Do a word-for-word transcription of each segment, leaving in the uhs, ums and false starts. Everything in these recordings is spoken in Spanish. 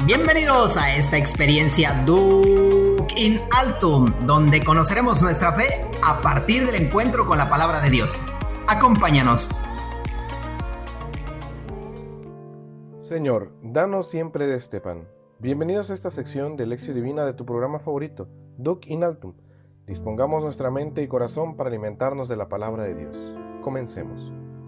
Bienvenidos a esta experiencia Duc in Altum, donde conoceremos nuestra fe a partir del encuentro con la palabra de Dios. Acompáñanos. Señor, danos siempre de este pan. Bienvenidos a esta sección de Lección Divina de tu programa favorito, Duc in Altum. Dispongamos nuestra mente y corazón para alimentarnos de la palabra de Dios. Comencemos.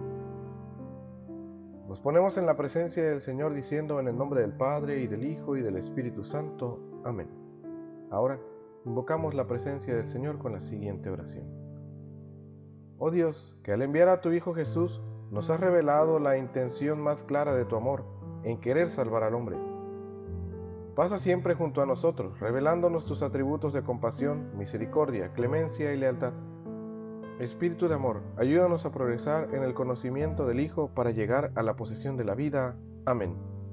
Nos ponemos en la presencia del Señor diciendo en el nombre del Padre, y del Hijo, y del Espíritu Santo. Amén. Ahora, invocamos la presencia del Señor con la siguiente oración. Oh Dios, que al enviar a tu Hijo Jesús, nos has revelado la intención más clara de tu amor, en querer salvar al hombre. Pasa siempre junto a nosotros, revelándonos tus atributos de compasión, misericordia, clemencia y lealtad. Espíritu de amor, ayúdanos a progresar en el conocimiento del Hijo para llegar a la posesión de la vida. Amén.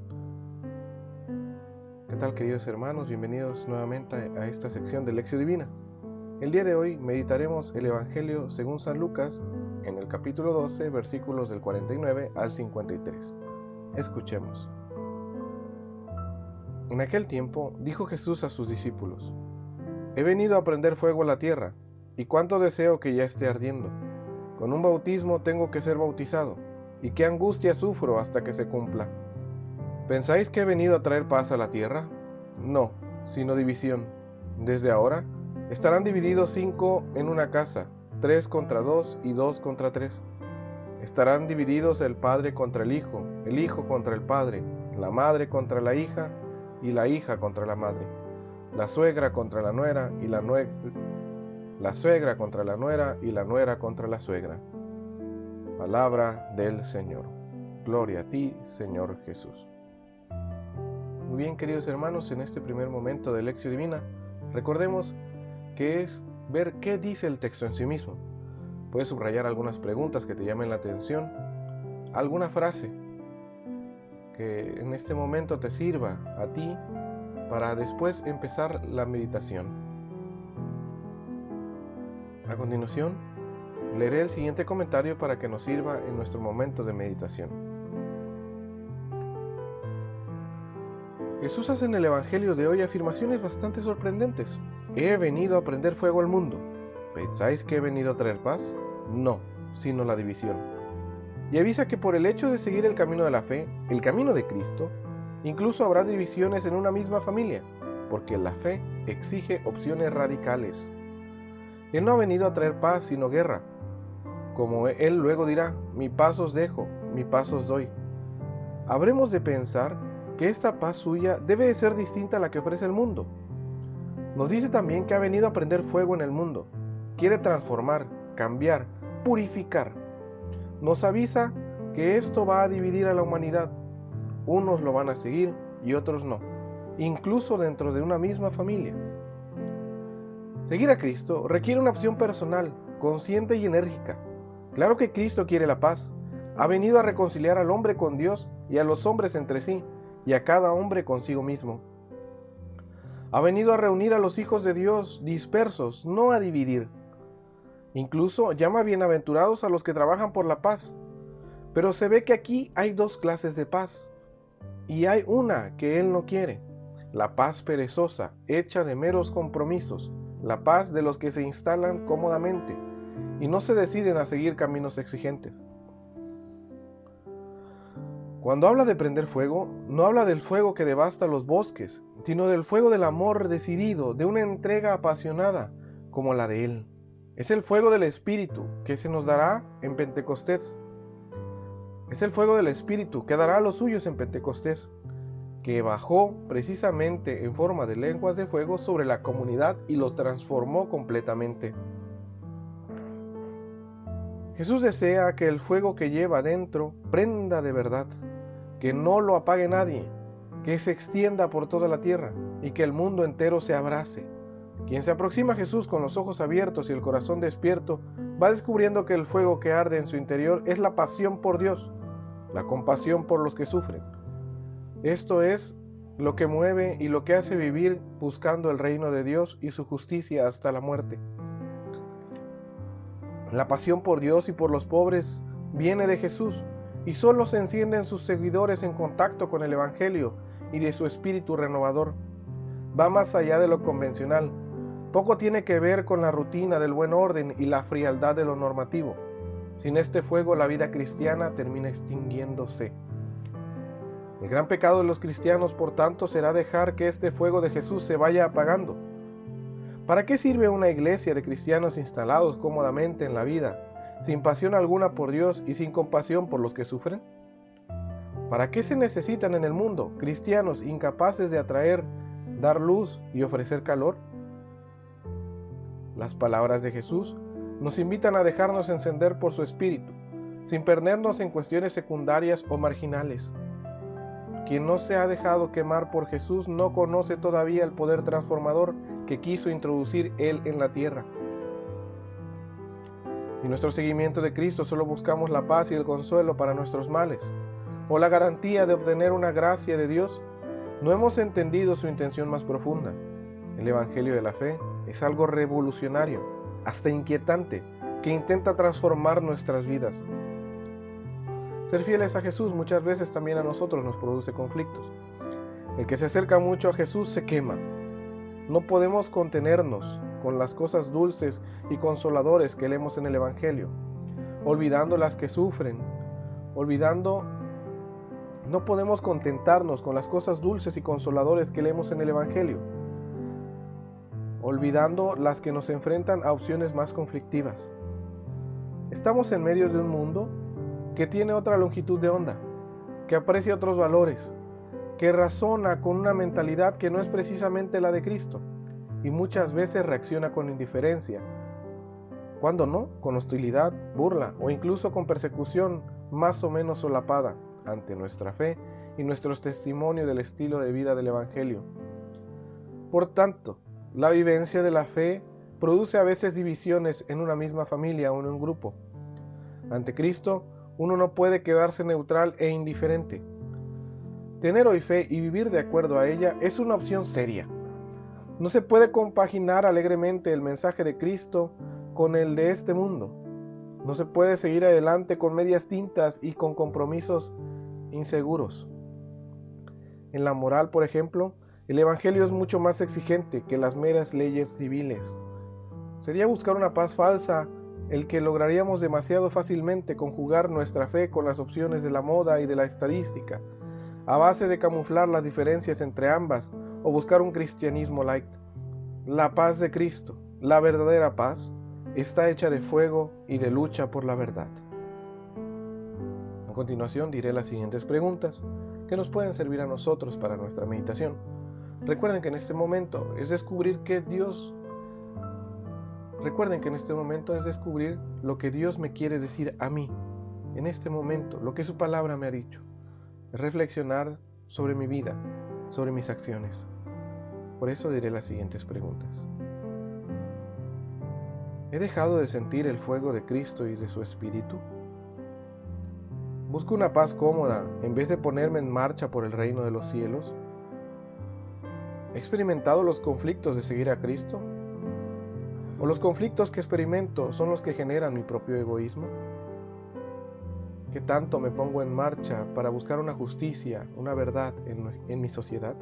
¿Qué tal, queridos hermanos? Bienvenidos nuevamente a esta sección de Lección Divina. El día de hoy meditaremos el Evangelio según San Lucas en el capítulo doce, versículos del cuarenta y nueve al cincuenta y tres. Escuchemos. En aquel tiempo dijo Jesús a sus discípulos: He venido a prender fuego a la tierra, y cuánto deseo que ya esté ardiendo. Con un bautismo tengo que ser bautizado, y qué angustia sufro hasta que se cumpla. ¿Pensáis que he venido a traer paz a la tierra? No, sino división. Desde ahora estarán divididos cinco en una casa, tres contra dos y dos contra tres. Estarán divididos el padre contra el hijo, el hijo contra el padre, la madre contra la hija y la hija contra la madre, la suegra contra la nuera y la nuera la suegra contra la nuera y la nuera contra la suegra. Palabra del Señor. Gloria a ti, Señor Jesús. Muy bien, queridos hermanos, en este primer momento de Lección Divina, recordemos que es ver qué dice el texto en sí mismo. Puedes subrayar algunas preguntas que te llamen la atención, alguna frase que en este momento te sirva a ti para después empezar la meditación. A continuación, leeré el siguiente comentario para que nos sirva en nuestro momento de meditación. Jesús hace en el Evangelio de hoy afirmaciones bastante sorprendentes. He venido a prender fuego al mundo. ¿Pensáis que he venido a traer paz? No, sino la división. Y avisa que por el hecho de seguir el camino de la fe, el camino de Cristo, incluso habrá divisiones en una misma familia, porque la fe exige opciones radicales. Él no ha venido a traer paz, sino guerra. Como Él luego dirá, mi paz os dejo, mi paz os doy. Habremos de pensar que esta paz suya debe de ser distinta a la que ofrece el mundo. Nos dice también que ha venido a prender fuego en el mundo. Quiere transformar, cambiar, purificar. Nos avisa que esto va a dividir a la humanidad. Unos lo van a seguir y otros no, incluso dentro de una misma familia. Seguir a Cristo requiere una opción personal, consciente y enérgica. Claro que Cristo quiere la paz. Ha venido a reconciliar al hombre con Dios y a los hombres entre sí, y a cada hombre consigo mismo. Ha venido a reunir a los hijos de Dios dispersos, no a dividir. Incluso llama bienaventurados a los que trabajan por la paz. Pero se ve que aquí hay dos clases de paz, y hay una que Él no quiere: la paz perezosa, hecha de meros compromisos, la paz de los que se instalan cómodamente y no se deciden a seguir caminos exigentes. Cuando habla de prender fuego, no habla del fuego que devasta los bosques, sino del fuego del amor decidido, de una entrega apasionada como la de Él. Es el fuego del Espíritu que se nos dará en Pentecostés. Es el fuego del Espíritu que dará a los suyos en Pentecostés, que bajó precisamente en forma de lenguas de fuego sobre la comunidad y lo transformó completamente. Jesús desea que el fuego que lleva dentro prenda de verdad, que no lo apague nadie, que se extienda por toda la tierra y que el mundo entero se abrace. Quien se aproxima a Jesús con los ojos abiertos y el corazón despierto va descubriendo que el fuego que arde en su interior es la pasión por Dios, la compasión por los que sufren. Esto es lo que mueve y lo que hace vivir buscando el reino de Dios y su justicia hasta la muerte. La pasión por Dios y por los pobres viene de Jesús y solo se encienden sus seguidores en contacto con el Evangelio y de su espíritu renovador. Va más allá de lo convencional. Poco tiene que ver con la rutina del buen orden y la frialdad de lo normativo. Sin este fuego, la vida cristiana termina extinguiéndose. El gran pecado de los cristianos, por tanto, será dejar que este fuego de Jesús se vaya apagando. ¿Para qué sirve una iglesia de cristianos instalados cómodamente en la vida, sin pasión alguna por Dios y sin compasión por los que sufren? ¿Para qué se necesitan en el mundo cristianos incapaces de atraer, dar luz y ofrecer calor? Las palabras de Jesús nos invitan a dejarnos encender por su espíritu, sin perdernos en cuestiones secundarias o marginales. Quien no se ha dejado quemar por Jesús no conoce todavía el poder transformador que quiso introducir Él en la tierra. En nuestro seguimiento de Cristo solo buscamos la paz y el consuelo para nuestros males, o la garantía de obtener una gracia de Dios, no hemos entendido su intención más profunda. El Evangelio de la Fe es algo revolucionario, hasta inquietante, que intenta transformar nuestras vidas. Ser fieles a Jesús muchas veces también a nosotros nos produce conflictos. El que se acerca mucho a Jesús se quema. No podemos contenernos con las cosas dulces y consoladoras que leemos en el Evangelio, olvidando las que sufren, olvidando, no podemos contentarnos con las cosas dulces y consoladoras que leemos en el Evangelio, olvidando las que nos enfrentan a opciones más conflictivas. Estamos en medio de un mundo que tiene otra longitud de onda, que aprecia otros valores, que razona con una mentalidad que no es precisamente la de Cristo, y muchas veces reacciona con indiferencia, cuando no, con hostilidad, burla o incluso con persecución más o menos solapada ante nuestra fe y nuestros testimonios del estilo de vida del Evangelio. Por tanto, la vivencia de la fe produce a veces divisiones en una misma familia o en un grupo. Ante Cristo, uno no puede quedarse neutral e indiferente. Tener hoy fe y vivir de acuerdo a ella es una opción seria. No se puede compaginar alegremente el mensaje de Cristo con el de este mundo. No se puede seguir adelante con medias tintas y con compromisos inseguros. En la moral, por ejemplo, el Evangelio es mucho más exigente que las meras leyes civiles. Sería buscar una paz falsa el que lograríamos demasiado fácilmente conjugar nuestra fe con las opciones de la moda y de la estadística, a base de camuflar las diferencias entre ambas o buscar un cristianismo light. La paz de Cristo, la verdadera paz, está hecha de fuego y de lucha por la verdad. A continuación diré las siguientes preguntas que nos pueden servir a nosotros para nuestra meditación. Recuerden que en este momento es descubrir que Dios Recuerden que en este momento es descubrir lo que Dios me quiere decir a mí, en este momento, lo que su palabra me ha dicho. Es reflexionar sobre mi vida, sobre mis acciones. Por eso diré las siguientes preguntas. ¿He dejado de sentir el fuego de Cristo y de su Espíritu? ¿Busco una paz cómoda en vez de ponerme en marcha por el reino de los cielos? ¿He experimentado los conflictos de seguir a Cristo? ¿O los conflictos que experimento son los que generan mi propio egoísmo? ¿Qué tanto me pongo en marcha para buscar una justicia, una verdad en, en mi sociedad?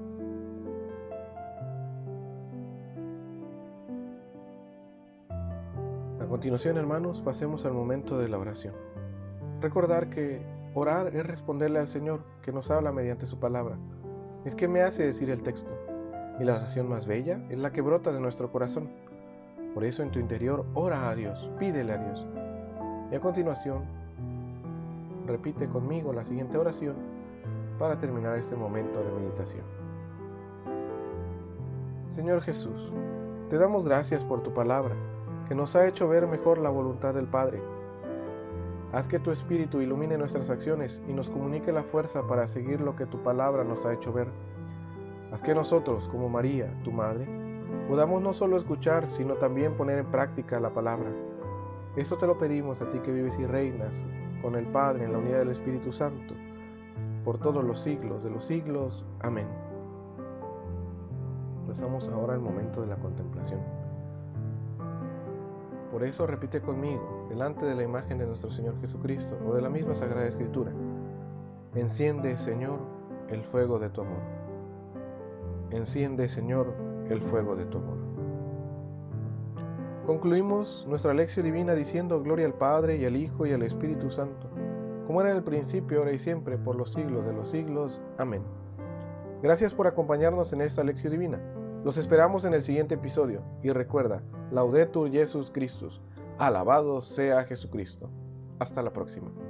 A continuación, hermanos, pasemos al momento de la oración. Recordar que orar es responderle al Señor que nos habla mediante su palabra. Es que me hace decir el texto. Y la oración más bella es la que brota de nuestro corazón. Por eso en tu interior ora a Dios, pídele a Dios. Y a continuación, repite conmigo la siguiente oración para terminar este momento de meditación. Señor Jesús, te damos gracias por tu palabra, que nos ha hecho ver mejor la voluntad del Padre. Haz que tu Espíritu ilumine nuestras acciones y nos comunique la fuerza para seguir lo que tu palabra nos ha hecho ver. Haz que nosotros, como María, tu Madre, podamos no solo escuchar, sino también poner en práctica la palabra. Esto te lo pedimos a ti que vives y reinas con el Padre en la unidad del Espíritu Santo, por todos los siglos de los siglos. Amén. Pasamos ahora al momento de la contemplación. Por eso repite conmigo, delante de la imagen de nuestro Señor Jesucristo o de la misma Sagrada Escritura: enciende, Señor, el fuego de tu amor. Enciende, Señor, el fuego de tu amor. Concluimos nuestra lección divina diciendo gloria al Padre, y al Hijo, y al Espíritu Santo, como era en el principio, ahora y siempre, por los siglos de los siglos. Amén. Gracias por acompañarnos en esta lección divina. Los esperamos en el siguiente episodio. Y recuerda, Laudetur Jesus Christus. Alabado sea Jesucristo. Hasta la próxima.